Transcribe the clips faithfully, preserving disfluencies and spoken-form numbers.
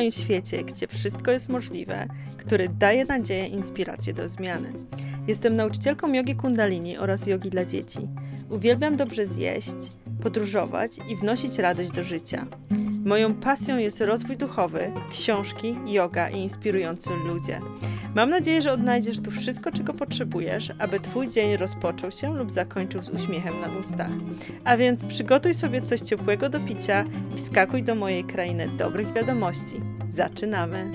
swoim świecie, gdzie wszystko jest możliwe, który daje nadzieję i inspirację do zmiany. Jestem nauczycielką jogi kundalini oraz jogi dla dzieci. Uwielbiam dobrze zjeść, podróżować i wnosić radość do życia. Moją pasją jest rozwój duchowy, książki, joga i inspirujący ludzie. Mam nadzieję, że odnajdziesz tu wszystko, czego potrzebujesz, aby Twój dzień rozpoczął się lub zakończył z uśmiechem na ustach. A więc przygotuj sobie coś ciepłego do picia i wskakuj do mojej krainy dobrych wiadomości. Zaczynamy!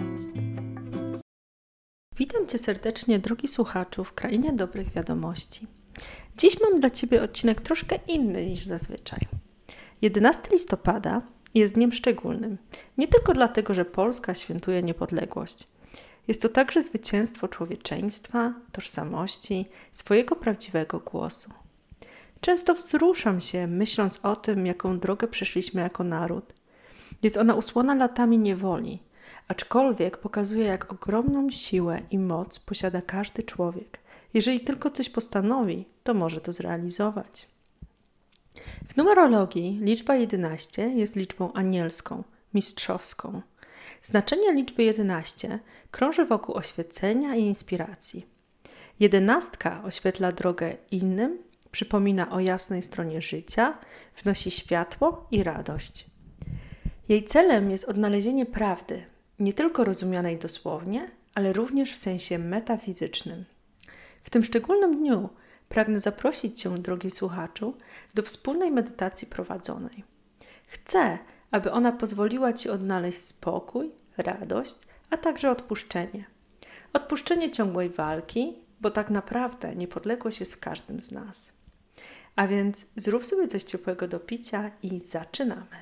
Witam Cię serdecznie, drogi słuchaczu, w krainie dobrych wiadomości. Dziś mam dla Ciebie odcinek troszkę inny niż zazwyczaj. jedenastego listopada jest dniem szczególnym. Nie tylko dlatego, że Polska świętuje niepodległość. Jest to także zwycięstwo człowieczeństwa, tożsamości, swojego prawdziwego głosu. Często wzruszam się, myśląc o tym, jaką drogę przeszliśmy jako naród. Jest ona usłona latami niewoli, aczkolwiek pokazuje, jak ogromną siłę i moc posiada każdy człowiek. Jeżeli tylko coś postanowi, to może to zrealizować. W numerologii liczba jedenaście jest liczbą anielską, mistrzowską. Znaczenie liczby jedenaście krąży wokół oświecenia i inspiracji. Jedenastka oświetla drogę innym, przypomina o jasnej stronie życia, wnosi światło i radość. Jej celem jest odnalezienie prawdy, nie tylko rozumianej dosłownie, ale również w sensie metafizycznym. W tym szczególnym dniu pragnę zaprosić Cię, drogi słuchaczu, do wspólnej medytacji prowadzonej. Chcę, aby ona pozwoliła Ci odnaleźć spokój, radość, a także odpuszczenie. Odpuszczenie ciągłej walki, bo tak naprawdę niepodległość jest w każdym z nas. A więc zrób sobie coś ciepłego do picia i zaczynamy.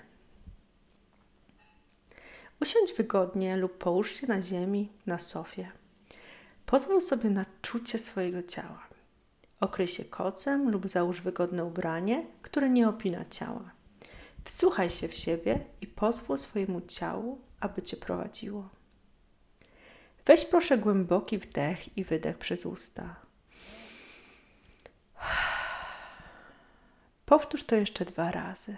Usiądź wygodnie lub połóż się na ziemi, na sofie. Pozwól sobie na czucie swojego ciała. Okryj się kocem lub załóż wygodne ubranie, które nie opina ciała. Wsłuchaj się w siebie i pozwól swojemu ciału, aby Cię prowadziło. Weź proszę głęboki wdech i wydech przez usta. Powtórz to jeszcze dwa razy.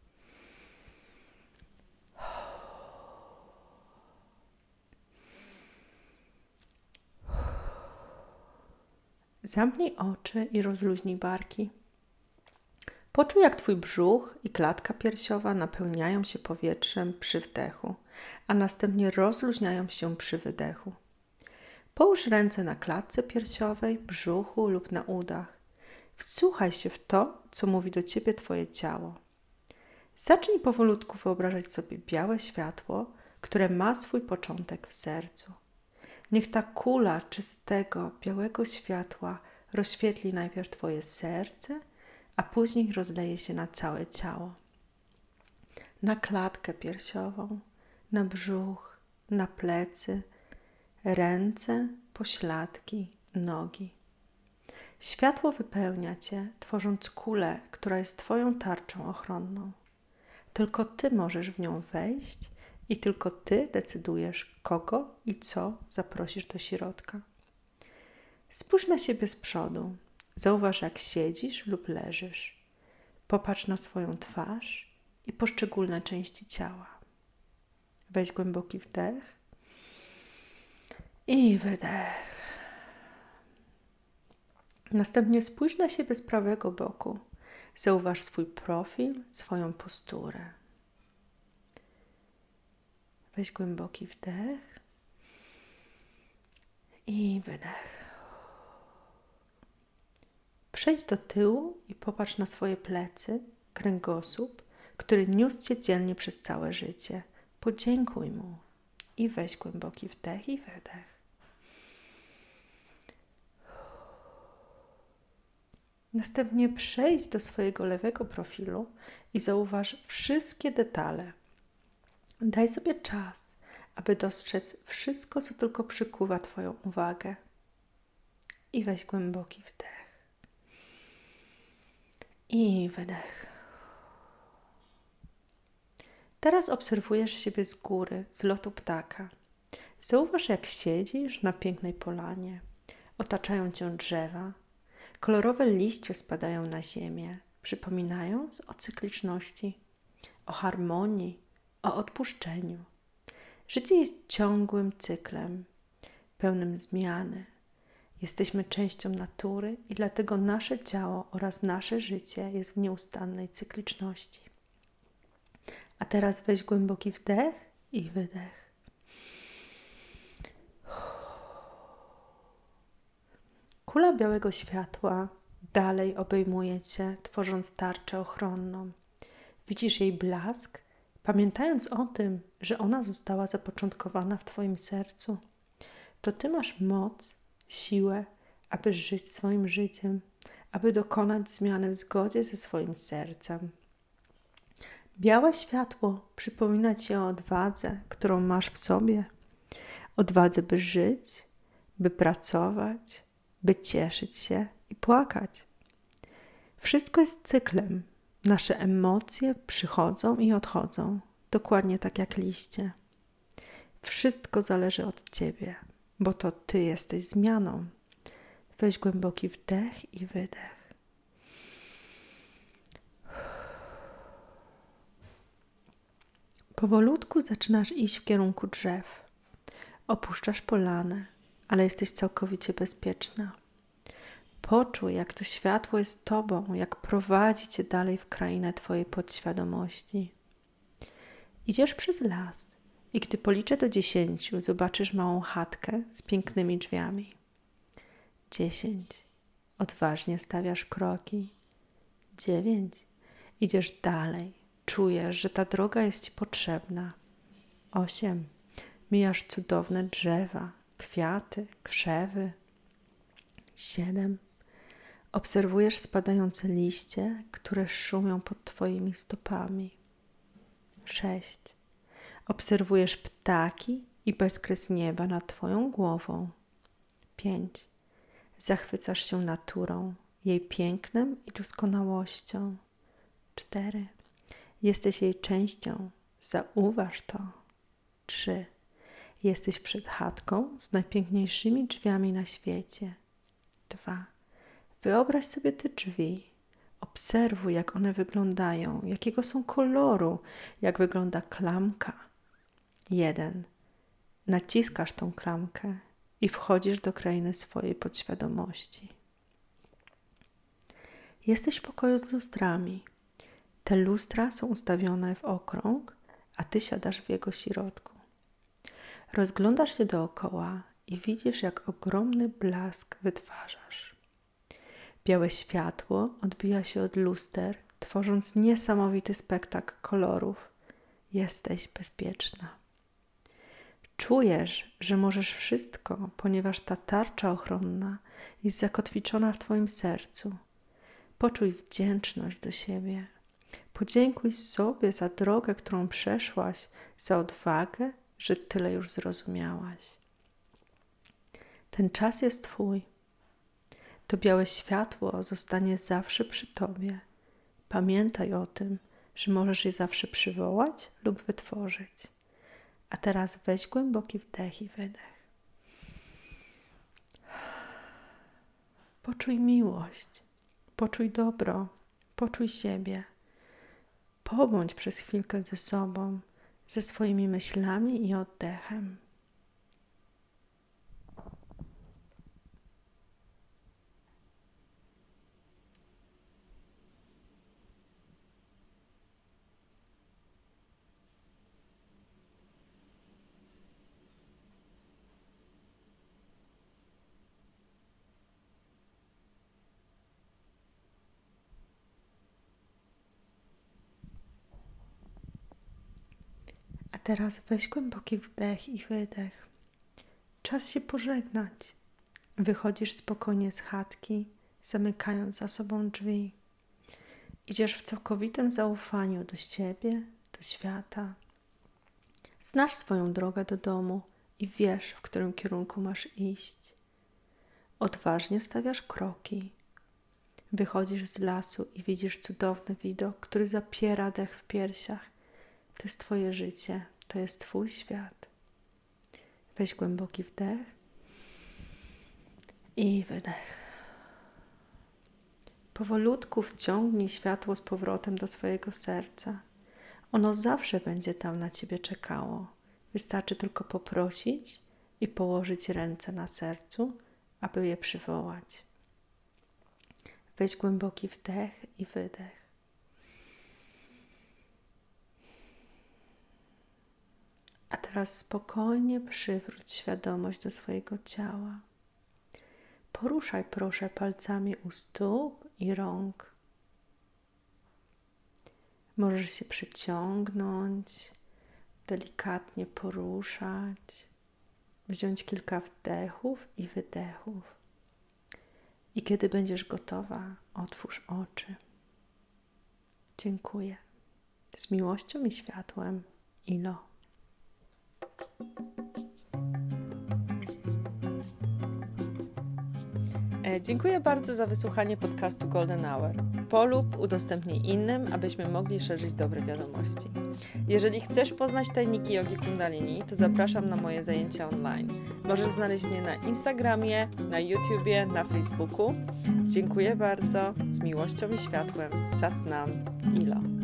Zamknij oczy i rozluźnij barki. Poczuj, jak Twój brzuch i klatka piersiowa napełniają się powietrzem przy wdechu, a następnie rozluźniają się przy wydechu. Połóż ręce na klatce piersiowej, brzuchu lub na udach. Wsłuchaj się w to, co mówi do Ciebie Twoje ciało. Zacznij powolutku wyobrażać sobie białe światło, które ma swój początek w sercu. Niech ta kula czystego, białego światła rozświetli najpierw Twoje serce, a później rozleje się na całe ciało. Na klatkę piersiową, na brzuch, na plecy, ręce, pośladki, nogi. Światło wypełnia Cię, tworząc kulę, która jest Twoją tarczą ochronną. Tylko Ty możesz w nią wejść i tylko Ty decydujesz, kogo i co zaprosisz do środka. Spójrz na siebie z przodu. Zauważ, jak siedzisz lub leżysz. Popatrz na swoją twarz i poszczególne części ciała. Weź głęboki wdech i wydech. Następnie spójrz na siebie z prawego boku. Zauważ swój profil, swoją posturę. Weź głęboki wdech i wydech. Przejdź do tyłu i popatrz na swoje plecy, kręgosłup, który niósł Cię dzielnie przez całe życie. Podziękuj mu i weź głęboki wdech i wydech. Następnie przejdź do swojego lewego profilu i zauważ wszystkie detale. Daj sobie czas, aby dostrzec wszystko, co tylko przykuwa Twoją uwagę. I weź głęboki wdech. I wydech. Teraz obserwujesz siebie z góry, z lotu ptaka. Zauważ, jak siedzisz na pięknej polanie. Otaczają Cię drzewa. Kolorowe liście spadają na ziemię, przypominając o cykliczności, o harmonii, o odpuszczeniu. Życie jest ciągłym cyklem, pełnym zmiany. Jesteśmy częścią natury i dlatego nasze ciało oraz nasze życie jest w nieustannej cykliczności. A teraz weź głęboki wdech i wydech. Kula białego światła dalej obejmuje Cię, tworząc tarczę ochronną. Widzisz jej blask, pamiętając o tym, że ona została zapoczątkowana w Twoim sercu. To Ty masz moc, siłę, aby żyć swoim życiem, aby dokonać zmiany w zgodzie ze swoim sercem. Białe światło przypomina Ci o odwadze, którą masz w sobie. Odwadze, by żyć, by pracować, by cieszyć się i płakać. Wszystko jest cyklem. Nasze emocje przychodzą i odchodzą, dokładnie tak jak liście. Wszystko zależy od Ciebie, bo to Ty jesteś zmianą. Weź głęboki wdech i wydech. Powolutku zaczynasz iść w kierunku drzew. Opuszczasz polanę, ale jesteś całkowicie bezpieczna. Poczuj, jak to światło jest Tobą, jak prowadzi Cię dalej w krainę Twojej podświadomości. Idziesz przez las i gdy policzę do dziesięciu, zobaczysz małą chatkę z pięknymi drzwiami. Dziesięć. Odważnie stawiasz kroki. Dziewięć. Idziesz dalej. Czujesz, że ta droga jest Ci potrzebna. Osiem. Mijasz cudowne drzewa, kwiaty, krzewy. Siedem. Obserwujesz spadające liście, które szumią pod Twoimi stopami. Sześć. Obserwujesz ptaki i bezkres nieba nad Twoją głową. Pięć. Zachwycasz się naturą, jej pięknem i doskonałością. Cztery. Jesteś jej częścią. Zauważ to. Trzy. Jesteś przed chatką z najpiękniejszymi drzwiami na świecie. Dwa. Wyobraź sobie te drzwi. Obserwuj, jak one wyglądają, jakiego są koloru, jak wygląda klamka. Jeden. Naciskasz tą klamkę i wchodzisz do krainy swojej podświadomości. Jesteś w pokoju z lustrami. Te lustra są ustawione w okrąg, a Ty siadasz w jego środku. Rozglądasz się dookoła i widzisz, jak ogromny blask wytwarzasz. Białe światło odbija się od luster, tworząc niesamowity spektakl kolorów. Jesteś bezpieczna. Czujesz, że możesz wszystko, ponieważ ta tarcza ochronna jest zakotwiczona w Twoim sercu. Poczuj wdzięczność do siebie. Podziękuj sobie za drogę, którą przeszłaś, za odwagę, że tyle już zrozumiałaś. Ten czas jest Twój. To białe światło zostanie zawsze przy Tobie. Pamiętaj o tym, że możesz je zawsze przywołać lub wytworzyć. A teraz weź głęboki wdech i wydech. Poczuj miłość, poczuj dobro, poczuj siebie. Pobądź przez chwilkę ze sobą, ze swoimi myślami i oddechem. A teraz weź głęboki wdech i wydech. Czas się pożegnać. Wychodzisz spokojnie z chatki, zamykając za sobą drzwi. Idziesz w całkowitym zaufaniu do siebie, do świata. Znasz swoją drogę do domu i wiesz, w którym kierunku masz iść. Odważnie stawiasz kroki. Wychodzisz z lasu i widzisz cudowny widok, który zapiera dech w piersiach. To jest Twoje życie, to jest Twój świat. Weź głęboki wdech i wydech. Powolutku wciągnij światło z powrotem do swojego serca. Ono zawsze będzie tam na Ciebie czekało. Wystarczy tylko poprosić i położyć ręce na sercu, aby je przywołać. Weź głęboki wdech i wydech. A teraz spokojnie przywróć świadomość do swojego ciała. Poruszaj proszę palcami u stóp i rąk. Możesz się przyciągnąć, delikatnie poruszać, wziąć kilka wdechów i wydechów. I kiedy będziesz gotowa, otwórz oczy. Dziękuję. Z miłością i światłem, Ilo. Dziękuję bardzo za wysłuchanie podcastu Golden Hour. Polub, udostępnij innym, abyśmy mogli szerzyć dobre wiadomości. Jeżeli chcesz poznać tajniki jogi kundalini, to zapraszam na moje zajęcia online. Możesz znaleźć mnie na Instagramie, na YouTubie, na Facebooku. Dziękuję bardzo. Z miłością i światłem. Sat Nam, Ilo.